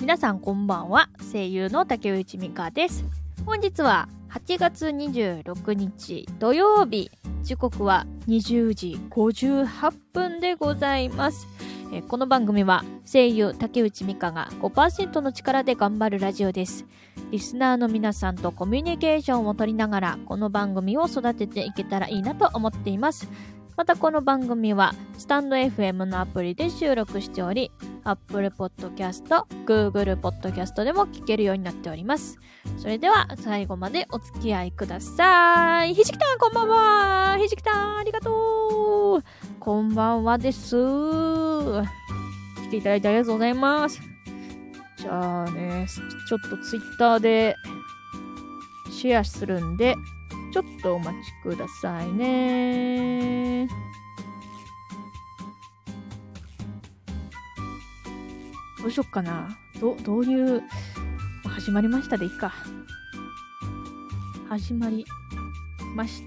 皆さんこんばんは。声優の竹内美香です。本日は8月26日土曜日、時刻は20時58分でございます。この番組は声優竹内美香が 5% の力で頑張るラジオです。リスナーの皆さんとコミュニケーションを取りながらこの番組を育てていけたらいいなと思っています。またこの番組はスタンド FM のアプリで収録しており、Apple Podcast、Google Podcast でも聞けるようになっております。それでは最後までお付き合いください。ひじきたんこんばんは。ひじきたんありがとう。こんばんはです。来ていただいてありがとうございます。じゃあね、ちょっとツイッターでシェアするんで、ちょっとお待ちくださいね。どうしよっかな。どういう、始まりましたでいいか。始まりました。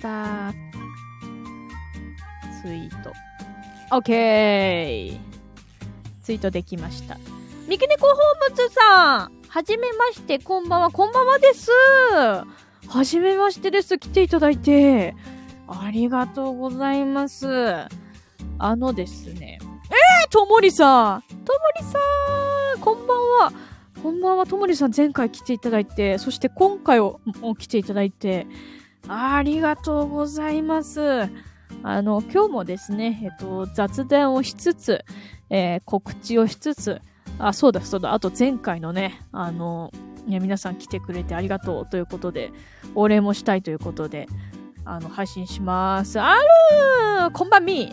ツイート。OK。ツイートできました。三毛猫ホームズさん、はじめまして、こんばんは、こんばんはです。はじめましてです。来ていただいて。ありがとうございます。ですね。ともりさん。こんばんは。こんばんは、ともりさん。前回来ていただいて、そして今回も来ていただいて、ありがとうございます。今日もですね、雑談をしつつ、告知をしつつ、そうだ。あと前回のね、皆さん来てくれてありがとうということで、お礼もしたいということで、配信します。こんばんみ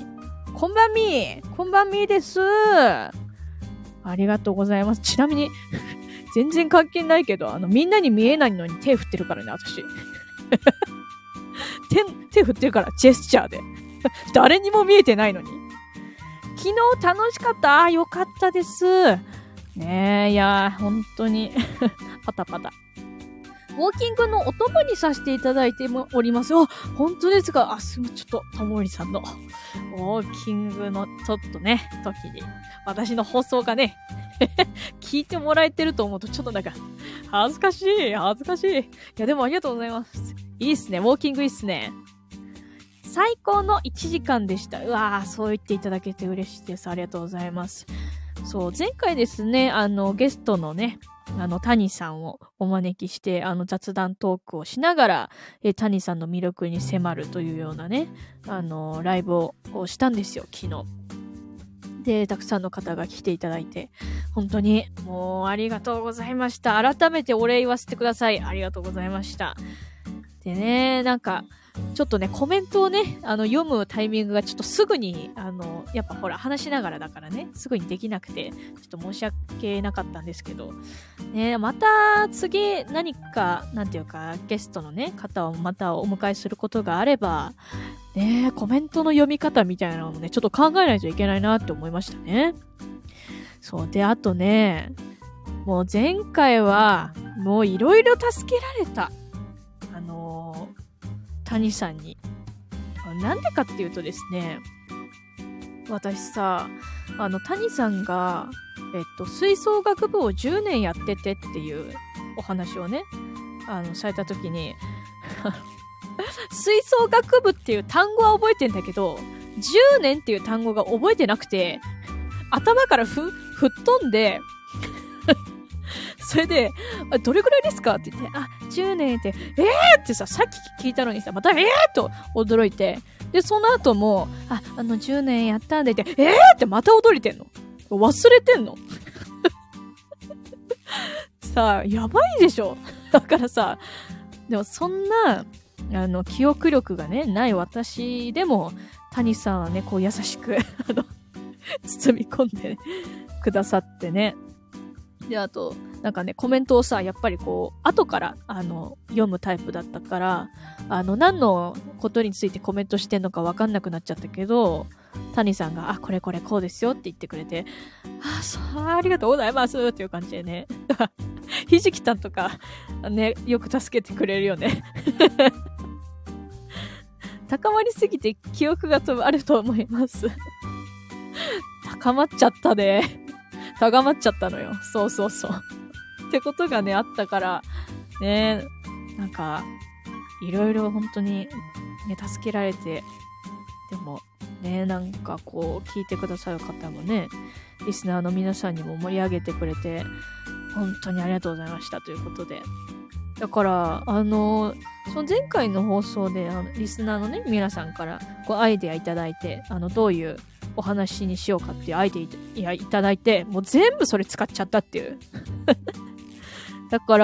ーです。ありがとうございます。ちなみに、全然関係ないけど、みんなに見えないのに手振ってるからね、私。手振ってるから、ジェスチャーで。誰にも見えてないのに。昨日楽しかった。よかったです。ねえ、いやー、本当に、パタパタ。ウォーキングのお供にさせていただいております。本当ですか。ちょっと、ともりさんの、ウォーキングのちょっとね、時に、私の放送がね、聞いてもらえてると思うと、ちょっとなんか、恥ずかしい。いや、でもありがとうございます。いいっすね。ウォーキングいいっすね。最高の1時間でした。そう言っていただけて嬉しいです。ありがとうございます。そう、前回ですね、ゲストのね、谷さんをお招きして、雑談トークをしながら、谷さんの魅力に迫るというようなね、ライブをしたんですよ、昨日。で、たくさんの方が来ていただいて、本当に、もう、ありがとうございました。改めてお礼言わせてください。ありがとうございました。でね、なんか、ちょっとね、コメントをね、読むタイミングがちょっとすぐに、やっぱほら、話しながらだからね、すぐにできなくて、ちょっと申し訳なかったんですけど、ね、また次何か、なんていうか、ゲストのね、方をまたお迎えすることがあれば、ね、コメントの読み方みたいなのもね、ちょっと考えないといけないなって思いましたね。そう、で、あとね、もう前回は、もういろいろ助けられた。谷さんに。なんでかっていうとですね、私さ、谷さんが、吹奏楽部を10年やっててっていうお話をね、されたときに、吹奏楽部っていう単語は覚えてんだけど、10年っていう単語が覚えてなくて、頭から吹っ飛んで、それで、どれくらいですかって言って、10年って、ってさ、さっき聞いたのにさ、またと驚いて、で、その後も、10年やったんでって、ってまた驚いてんの。忘れてんのさあ、やばいでしょ。だからさ、でもそんな、記憶力がね、ない私でも、谷さんはね、こう優しく、包み込んで、ね、くださってね。で、あと、なんかね、コメントをさ、やっぱりこう、後から、読むタイプだったから、何のことについてコメントしてんのかわかんなくなっちゃったけど、谷さんが、これこうですよって言ってくれて、ありがとうございますっていう感じでね。ひじきたんとか、ね、よく助けてくれるよね。高まりすぎて記憶があると思います。高まっちゃったね。 高まっちゃったのよ。そうそうそう。ってことがね、あったから、ね、なんか、いろいろ本当にね、助けられて、でもね、なんかこう、聞いてくださる方もね、リスナーの皆さんにも盛り上げてくれて、本当にありがとうございましたということで。だから、その前回の放送で、リスナーのね、皆さんからこうアイデアいただいて、どういうお話にしようかっていうアイデアいただいて、もう全部それ使っちゃったっていう。だから、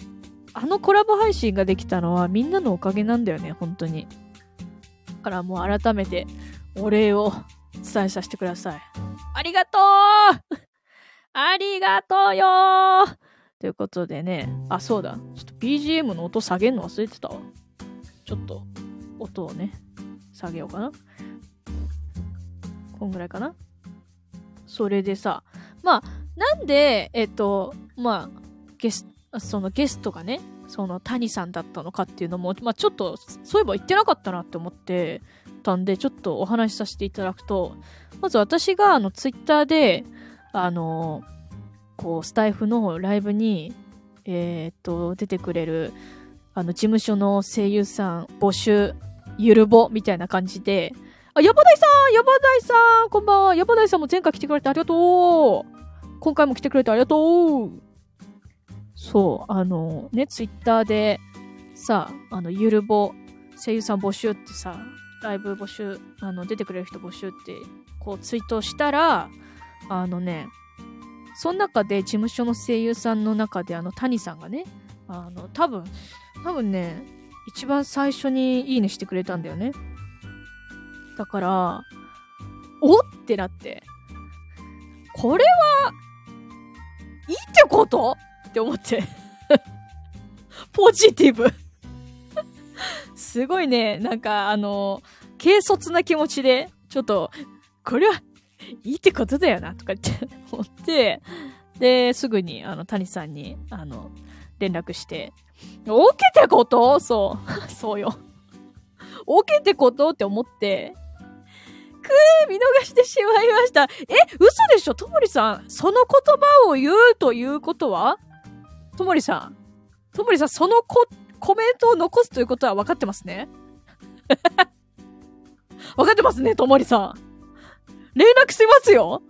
コラボ配信ができたのはみんなのおかげなんだよね、本当に。だからもう改めてお礼を伝えさせてください。ありがとうありがとうよーということでね、あ、そうだ。ちょっと BGM の音下げるの忘れてたわ。ちょっと音をね、下げようかな。こんぐらいかな。それでさ、まあ、なんで、まあ、そのゲストがね、その谷さんだったのかっていうのも、まあちょっと、そういえば言ってなかったなって思ってたんで、ちょっとお話しさせていただくと、まず私がツイッターで、こう、スタイフのライブに、出てくれる、事務所の声優さん募集、ゆるぼみたいな感じで、あ、ヤバダイさん、こんばんは。ヤバダイさんも前回来てくれてありがとう。今回も来てくれてありがとう。そう、ね、ツイッターで、さ、ゆるぼ、声優さん募集ってさ、ライブ募集、出てくれる人募集って、こうツイートしたら、その中で事務所の声優さんの中で谷さんがね、多分ね、一番最初にいいねしてくれたんだよね。だから、おってなって、これはいいってことって思って。ポジティブ。すごいね、なんか軽率な気持ちで、ちょっと、これはいいってことだよな、とか言って思って、で、すぐに、谷さんに、連絡して、オケってことそう。そうよ。オケってことって思って、見逃してしまいました。嘘でしょともりさん。その言葉を言うということはともりさん、そのコメントを残すということは分かってますね分かってますね、ともりさん。連絡しますよ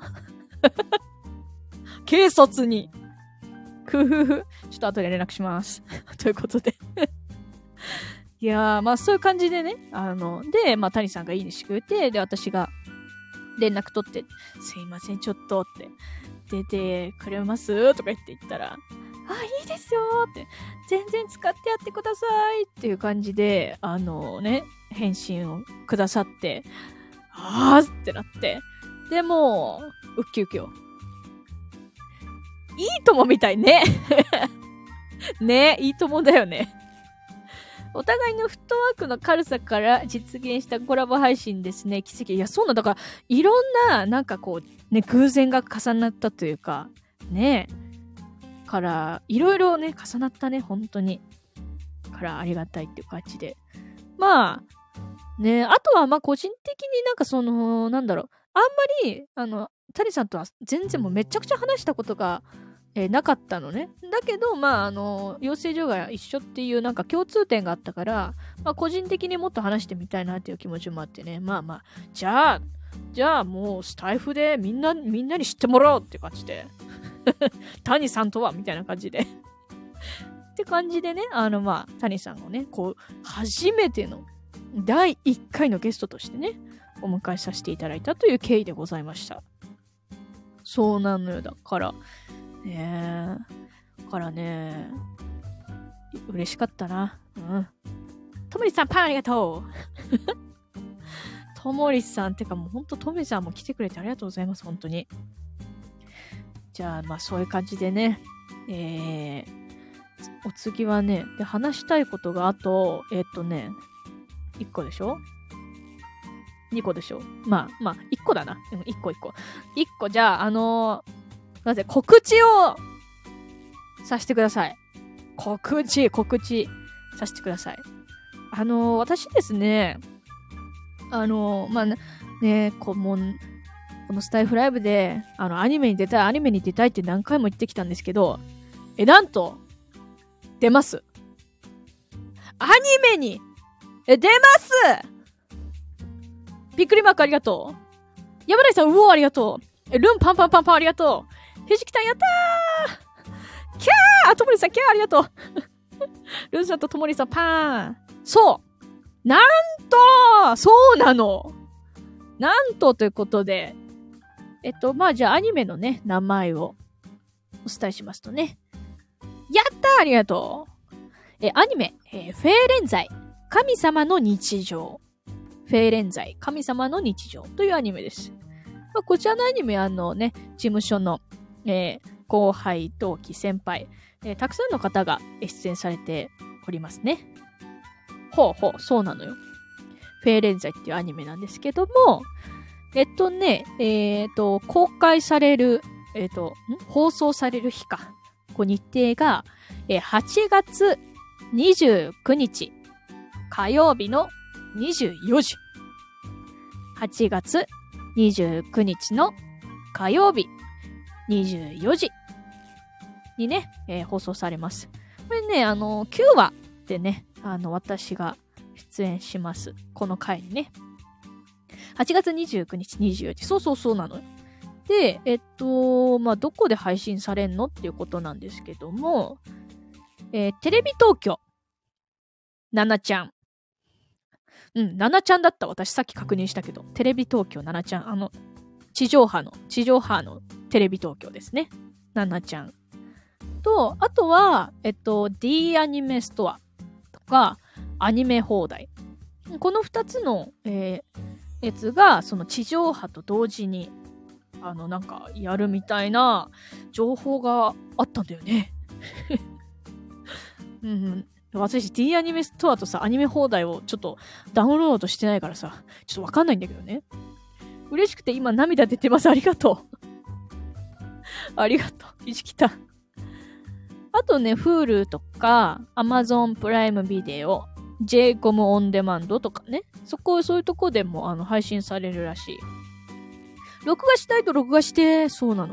軽率に。ふふふ。ちょっと後で連絡します。ということで。いやー、まあそういう感じでね。で、まあ谷さんがいいねしてくれて、で、私が連絡取って、すいません、ちょっとって、出てくれますとか言ったら、あ、いいですよって、全然使ってやってくださいっていう感じで、返信をくださって、あーってなって、でもう、ウッキウキよ。いいともみたいね。ね、いいともだよね。お互いのフットワークの軽さから実現したコラボ配信ですね。奇跡。いや、そうなんだから、いろんな、なんかこう、ね、偶然が重なったというか、ね。から、いろいろね、重なったね、本当に。からありがたいっていう感じで。まあ、ね、あとは、まあ、個人的になんかその、なんだろう、あんまり、谷さんとは全然もうめちゃくちゃ話したことが、なかったのね。だけど、まあ、養成所が一緒っていうなんか共通点があったから、まあ、個人的にもっと話してみたいなっていう気持ちもあってね。まあまあ、じゃあもうスタイフでみんなに知ってもらおうって感じで。谷さんとはみたいな感じで。って感じでね、まあ、谷さんをね、こう、初めての第1回のゲストとしてね、お迎えさせていただいたという経緯でございました。そうなのよ。だからね、嬉しかったな。うん。ともりさん、パンありがとう。ともりさん、てかもうほんとともりさんも来てくれてありがとうございます、本当に。じゃあ、まあそういう感じでね、お次はね、で話したいことがあと、1個でしょ ?2 個でしょまあ、1個だな。1個。1個、じゃあ、なぜ告知をさせてください。告知させてください。私ですね、まあね、こうもう、 このスタイフライブで、アニメに出たいって何回も言ってきたんですけど、なんと、出ます。アニメに、出ますびっくりマークありがとう。山田さん、ありがとう。ルンパンパンパンパンありがとう。ひじきたんやったーキャーともりさん、キャーありがとう。ルンさんとともりさん、パーン。そうなんとそうなのなんとということで、じゃあアニメのね、名前をお伝えしますとね。やったーありがとう。アニメ、フェーレンザイ、神様の日常。フェーレンザイ、神様の日常というアニメです。こちらのアニメは事務所の、後輩、同期、先輩、たくさんの方が出演されておりますね。そうなのよ。フェーレンザイっていうアニメなんですけども、公開される、放送される日か。日程が、8月29日、火曜日の24時。8月29日の火曜日、24時にね、放送されます。これね、9話でね、私が出演します。この回にね。8月29日24時。そうなのよ。で、どこで配信されんのっていうことなんですけども、テレビ東京、ななちゃん。ななちゃんだった。私さっき確認したけど、テレビ東京ななちゃん。地上波のテレビ東京ですね。ななちゃん。と、あとは、D アニメストアとか、アニメ放題。この2つの、やつが、その地上波と同時に、やるみたいな情報があったんだよね。私、D アニメストアとさ、アニメ放題をちょっとダウンロードしてないからさ、ちょっとわかんないんだけどね。嬉しくて今涙出てます。ありがとう。ありがとう。ひじきた。あとね、Hulu とか、Amazon プライムビデオ、JCOM オンデマンドとかね。そういうとこでも配信されるらしい。録画したいと録画して、そうなの。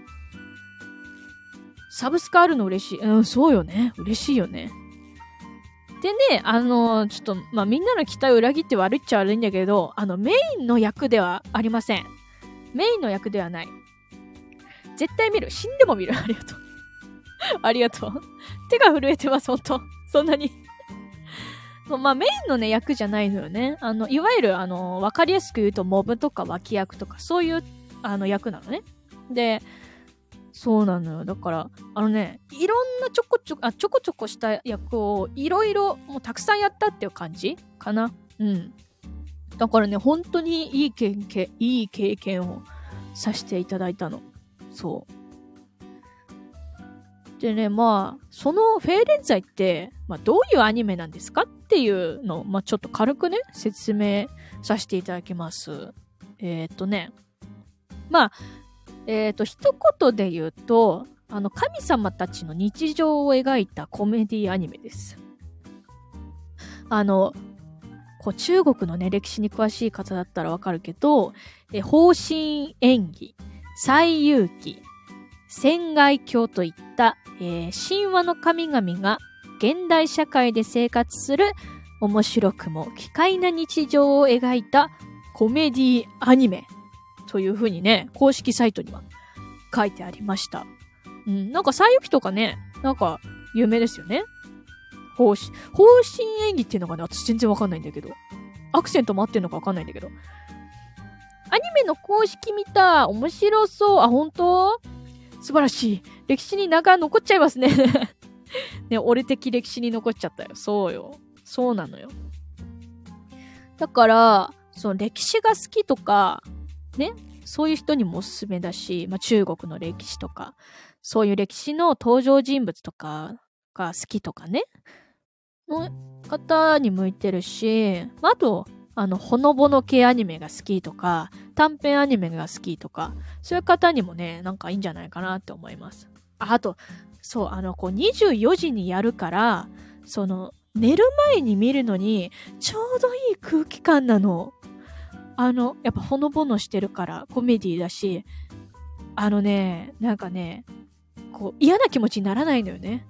サブスクあるの嬉しい。そうよね。嬉しいよね。でね、ちょっと、みんなの期待を裏切って悪いっちゃ悪いんだけど、メインの役ではありません。メインの役ではない。絶対見る。死んでも見る。ありがとう。ありがとう。手が震えてます、ほんと。そんなに。メインのね、役じゃないのよね。いわゆる、わかりやすく言うと、モブとか脇役とか、そういう、役なのね。で、そうなのよ。だから、いろんなちょこちょこした役を、いろいろ、もうたくさんやったっていう感じかな。だからね、本当にいい経験をさせていただいたの。そう。でね、そのフェーレンザイって、どういうアニメなんですかっていうのを、ちょっと軽くね、説明させていただきます。一言で言うと、神様たちの日常を描いたコメディアニメです。中国のね、歴史に詳しい方だったらわかるけど、方針演技、西遊記、仙外教といった、神話の神々が現代社会で生活する面白くも奇怪な日常を描いたコメディアニメという風にね、公式サイトには書いてありました。西遊記とかね、有名ですよね。方針演技っていうのがね、私全然わかんないんだけど。アクセントも合ってんのかわかんないんだけど。アニメの公式見た。面白そう。あ、本当？素晴らしい。歴史に残っちゃいますね。ね、俺的歴史に残っちゃったよ。そうよ。そうなのよ。だから、歴史が好きとか、ね、そういう人にもおすすめだし、中国の歴史とか、そういう歴史の登場人物とかが好きとかね、の方に向いてるし、あと、ほのぼの系アニメが好きとか、短編アニメが好きとか、そういう方にもね、いいんじゃないかなって思います。あと、そう、24時にやるから、寝る前に見るのに、ちょうどいい空気感なの。 やっぱほのぼのしてるからコメディだし、なんかね、こう嫌な気持ちにならないのよね。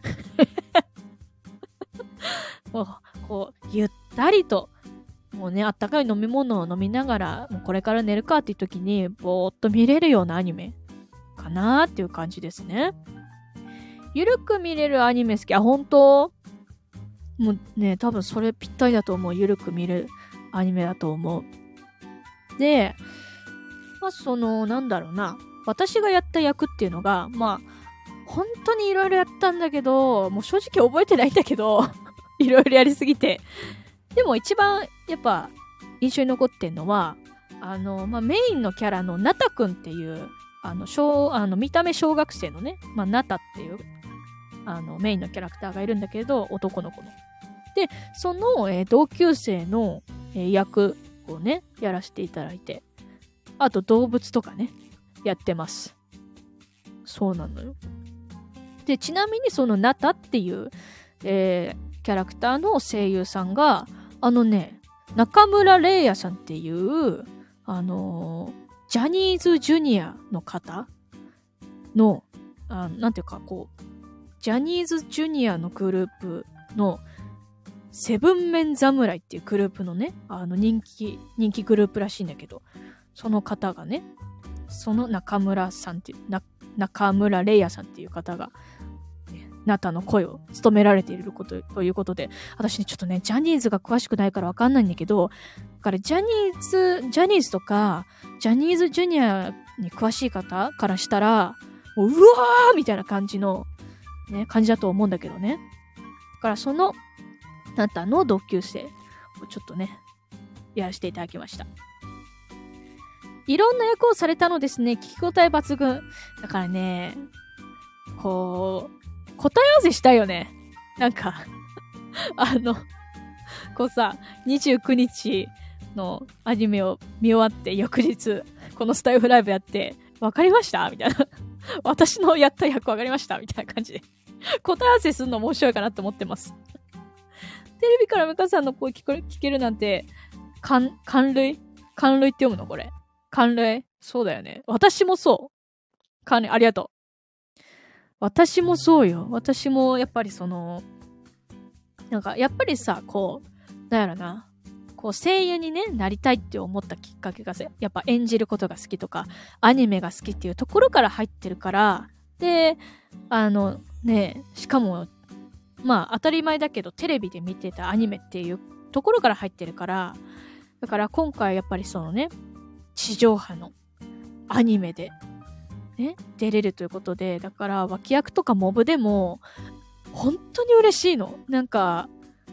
こう、ゆったりと、もうね、あったかい飲み物を飲みながら、もうこれから寝るかっていう時に、ぼーっと見れるようなアニメかなーっていう感じですね。ゆるく見れるアニメ好き。本当？もうね、多分それぴったりだと思う。ゆるく見るアニメだと思う。で、なんだろうな。私がやった役っていうのが、本当にいろいろやったんだけど、もう正直覚えてないんだけど、いろいろやりすぎて。でも一番やっぱ印象に残ってんのは、メインのキャラのナタくんっていう、見た目小学生のね、ナタっていう、メインのキャラクターがいるんだけど、男の子の。で、その、同級生の、役をね、やらせていただいて、あと動物とかね、やってます。そうなのよ。で、ちなみにそのナタっていう、キャラクターの声優さんが、中村玲也さんっていう、ジャニーズジュニアの方の、なんていうか、こう、ジャニーズジュニアのグループの、セブンメン侍っていうグループのね、人気グループらしいんだけど、その方がね、その中村玲也さんっていう方が、ナタの声を務められているということで、私ね、ちょっとね、ジャニーズが詳しくないからわかんないんだけど、だからジャニーズとか、ジャニーズジュニアに詳しい方からしたら、もう、うわーみたいな感じの、ね、感じだと思うんだけどね。だからその、ナタの同級生をちょっとね、やらせていただきました。いろんな役をされたのですね、聞き応え抜群。だからね、こう、答え合わせしたいよね。なんか、こうさ、29日のアニメを見終わって翌日、このスタイフライブやって、わかりましたみたいな。私のやった役わかりましたみたいな感じで。答え合わせするの面白いかなって思ってます。テレビからムカさんの声聞けるなんて、感類って読むのこれ。感類そうだよね。私もそう。ありがとう。私もそうよ。私もやっぱりなんかやっぱりさ、こう、なんやろな。こう声優にね、なりたいって思ったきっかけがさ、やっぱ演じることが好きとか、アニメが好きっていうところから入ってるから、で、しかも、当たり前だけどテレビで見てたアニメっていうところから入ってるから、だから今回やっぱり地上波のアニメで、ね、出れるということで、だから脇役とかモブでも、本当に嬉しいの。なんか、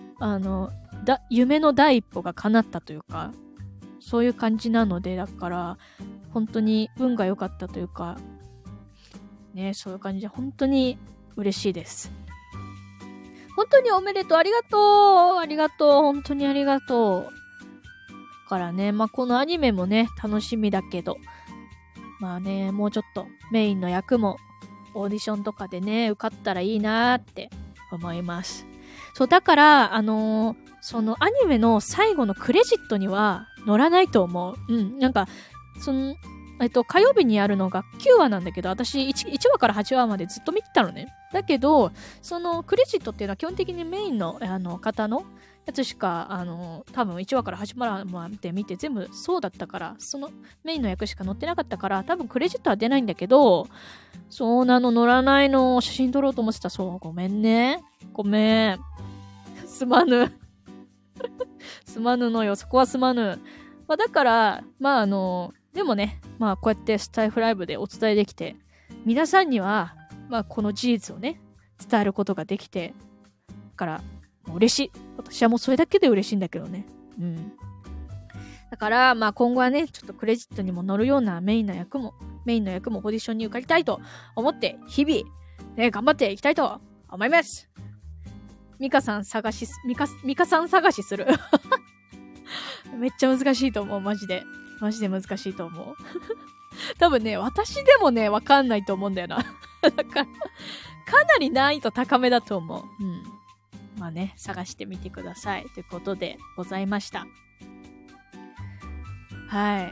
夢の第一歩が叶ったというか、そういう感じなので、だから、本当に運が良かったというか、ね、そういう感じで本当に嬉しいです。本当におめでとう、ありがとう、本当にありがとう。だからね、このアニメもね、楽しみだけど、もうちょっとメインの役もオーディションとかでね、受かったらいいなーって思います。そう、だから、そのアニメの最後のクレジットには載らないと思う。なんか、火曜日にやるのが9話なんだけど、私 1話から8話までずっと見てたのね。だけど、そのクレジットっていうのは基本的にメインの方のやつしか、多分1話から8話まで見て全部そうだったから、そのメインの役しか載ってなかったから、多分クレジットは出ないんだけど、そうなの、載らないの、写真撮ろうと思ってた。そう、ごめんね。ごめん。すまぬ。すまぬのよ、そこはすまぬ。だから、でもね、こうやってスタイフライブでお伝えできて、皆さんには、この事実をね、伝えることができて、だから、もう嬉しい。私はもうそれだけで嬉しいんだけどね。だから、今後はね、ちょっとクレジットにも載るようなメインの役もオーディションに受かりたいと思って、日々、ね、頑張っていきたいと思います。ミカさん探しする。めっちゃ難しいと思う、マジで難しいと思う。多分ね、私でもね、わかんないと思うんだよな。だから、かなり難易度高めだと思う。探してみてください。ということでございました。 はい。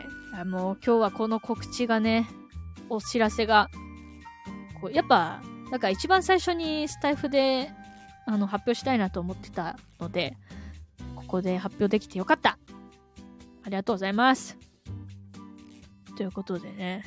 もう今日はこの告知がね、お知らせが、やっぱ、なんか一番最初にスタイフで発表したいなと思ってたので、ここで発表できてよかった。ありがとうございます。ということでね。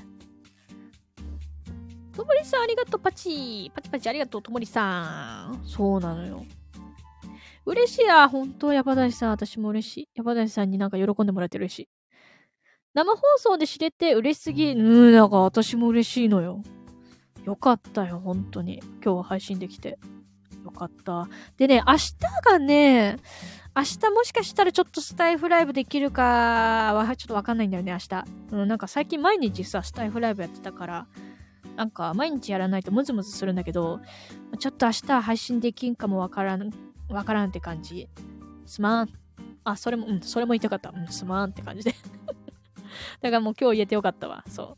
ともりさんありがとう、パチパチありがとう、ともりさん。そうなのよ。嬉しいや、本当ヤバダシさん、私も嬉しい。ヤバダシさんになんか喜んでもらえて嬉しい。生放送で知れて嬉しすぎ。なんか私も嬉しいのよ。よかったよ、本当に。今日は配信できて。よかった。でね、明日がね、明日もしかしたらちょっとスタイフライブできるかはちょっとわかんないんだよね、明日。なんか最近毎日さ、スタイフライブやってたから、なんか毎日やらないとムズムズするんだけど、ちょっと明日配信できんかもわからんって感じ。すまん。あ、それも言いたかった。すまんって感じで。だからもう今日言えてよかったわ。そう。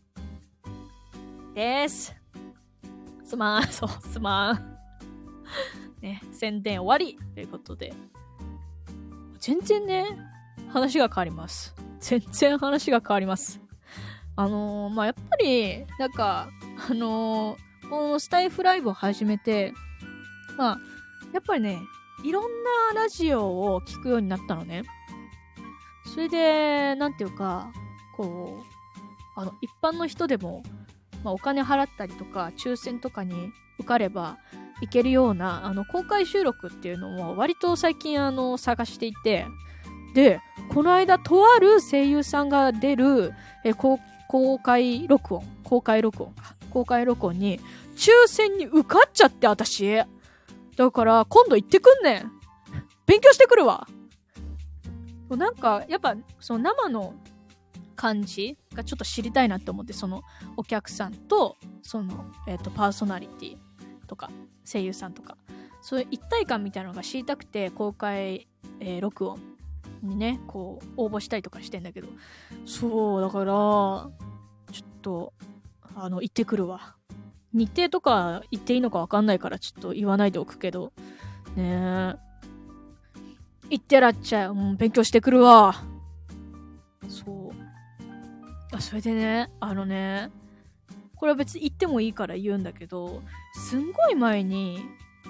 です。すまん。そう、すまん。ね、宣伝終わりということで。全然ね、話が変わります。全然話が変わります。やっぱり、なんか、このスタイフライブを始めて、やっぱりね、いろんなラジオを聞くようになったのね。それで、なんていうか、一般の人でも、お金払ったりとか、抽選とかに受かればいけるような、公開収録っていうのも割と最近探していて、で、この間とある声優さんが出る、公開録音に抽選に受かっちゃって私。だから今度行ってくんねん。勉強してくるわ。なんかやっぱその生の感じがちょっと知りたいなって思って、そのお客さんとそのパーソナリティとか声優さんとかそういう一体感みたいなのが知りたくて公開、録音にね応募したりとかしてんだけど、そうだからちょっと行ってくるわ。日程とか言っていいのか分かんないからちょっと言わないでおくけどね。行ってらっしゃい。勉強してくるわ。そうそれでね、これは別に言ってもいいから言うんだけど、すんごい前に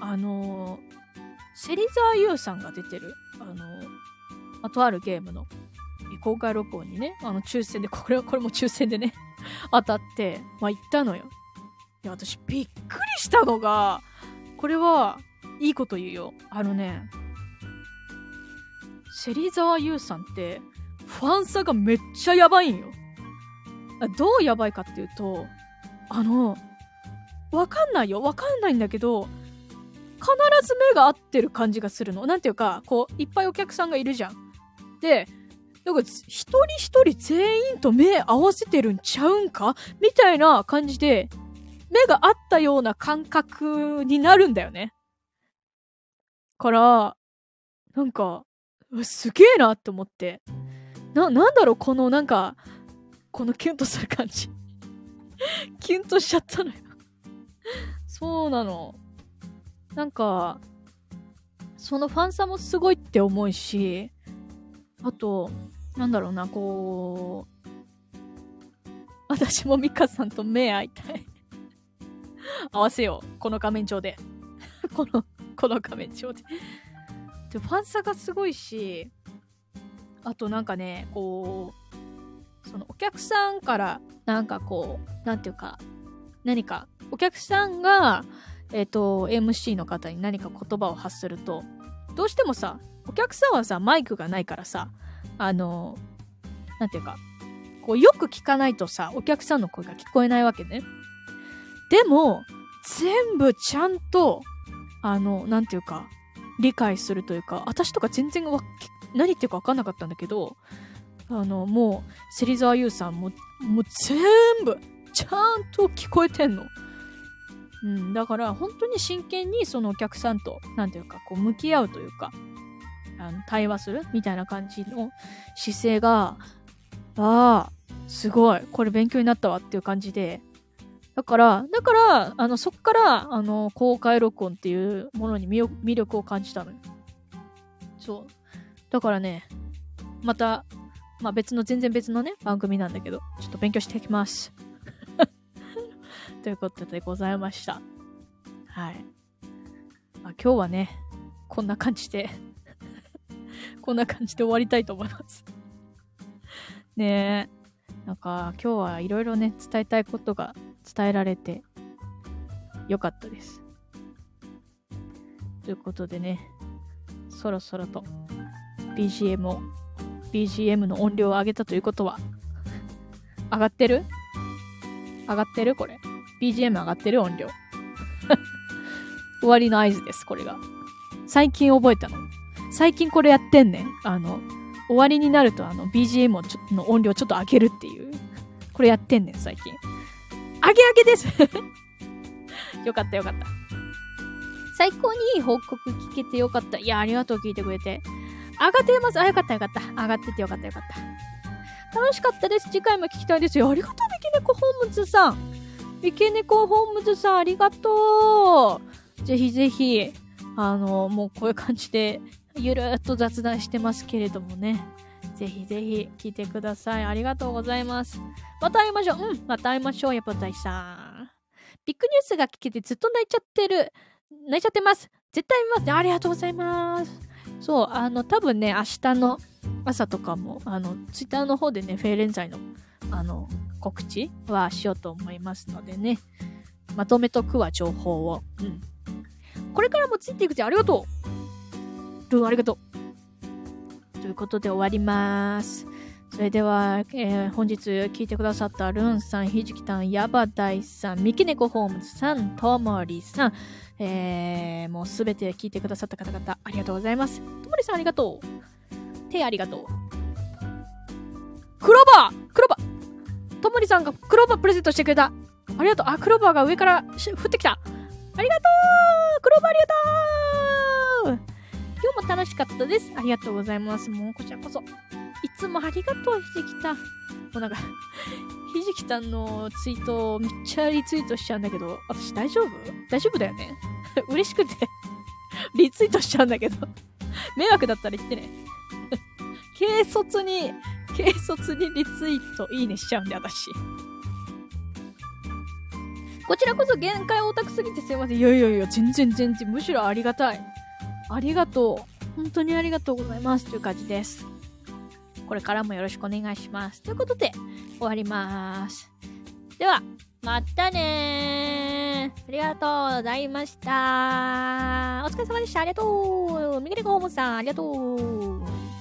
芹沢優さんが出てるとあるゲームの公開録音にね、抽選でこれも抽選でね当たって行ったのよ。いや私びっくりしたのが、これはいいこと言うよ。芹沢優さんってファンサがめっちゃやばいんよ。どうやばいかっていうと、わかんないんだけど、必ず目が合ってる感じがするの。なんていうか、いっぱいお客さんがいるじゃん。で、なんか一人一人全員と目合わせてるんちゃうんかみたいな感じで、目が合ったような感覚になるんだよね。から、なんか、すげえなって思って。なんだろう、このキュンとする感じ。キュンとしちゃったのよ。そうなの。なんか、そのファンサもすごいって思うし、あと、なんだろうな、私もミカさんと目合いたい。合わせよう。この画面上で。この画面上で。で、ファンサがすごいし、あとなんかね、そのお客さんから、なんていうか、何か、お客さんが、MC の方に何か言葉を発すると、どうしてもさ、お客さんはさ、マイクがないからさ、なんていうか、よく聞かないとさ、お客さんの声が聞こえないわけね。でも、全部ちゃんと、なんていうか、理解するというか、私とか全然何言ってるか分かんなかったんだけど、もう、芹沢優さんもう全部、ちゃんと聞こえてんの。だから本当に真剣にそのお客さんと、なんていうか、向き合うというか、対話するみたいな感じの姿勢が、すごい、これ勉強になったわっていう感じで、だから、そっから、公開録音っていうものに魅力を感じたのよ。そう。だからね、またまあ全然別のね、番組なんだけど、ちょっと勉強していきます。ということでございました。はい。今日はね、こんな感じで終わりたいと思います。ねえ。なんか今日はいろいろね、伝えたいことが伝えられてよかったです。ということでね、そろそろと BGM の音量を上げたということは、上がってるこれ。BGM 上がってる音量。終わりの合図です、これが。最近覚えたの。最近これやってんねん。終わりになるとBGM の音量ちょっと上げるっていう。これやってんねん、最近。上げですよかった。最高にいい報告聞けてよかった。いや、ありがとう、聞いてくれて。上がってます。よかった。上がっててよかった。楽しかったです。次回も聞きたいですよ。ありがとう、三毛猫ホームズさん。三毛猫ホームズさん、ありがとう。ぜひぜひ、もうこういう感じで、ゆるーっと雑談してますけれどもね。ぜひぜひ聞いてください。ありがとうございます。また会いましょう。また会いましょう、やっぱ大さん。ビッグニュースが聞けてずっと泣いちゃってます。絶対見ます。ありがとうございます。そう、多分ね、明日の朝とかも、ツイッターの方でね、フェーレンザイの、告知はしようと思いますのでね。まとめとくわ、情報を。これからもついていくぜ。ありがとう。ルーンありがとう。ということで終わります。それでは、本日聞いてくださったルンさん、ひじきたん、ヤバダイさん、ミキネコホームズさん、ともりさん、もうすべて聞いてくださった方々、ありがとうございます。ともりさんありがとう。手ありがとう。クローバーともりさんがクローバープレゼントしてくれた。ありがとう。クローバーが上から降ってきた。ありがとう。クローバーありがとう。今日も楽しかったです。ありがとうございます。もうこちらこそ。いつもありがとう、ひじきたん。もうなんか、ひじきたんのツイートをめっちゃリツイートしちゃうんだけど、私大丈夫だよね。嬉しくて、リツイートしちゃうんだけど、迷惑だったら言ってね。軽率にリツイート、いいねしちゃうんで、私。こちらこそ限界オタクすぎてすいません。いや、全然。むしろありがたい。ありがとう。本当にありがとうございます。という感じです。これからもよろしくお願いします。ということで、終わります。では、またねー。ありがとうございました。お疲れ様でした。ありがとう。ミゲレコホームさん、ありがとう。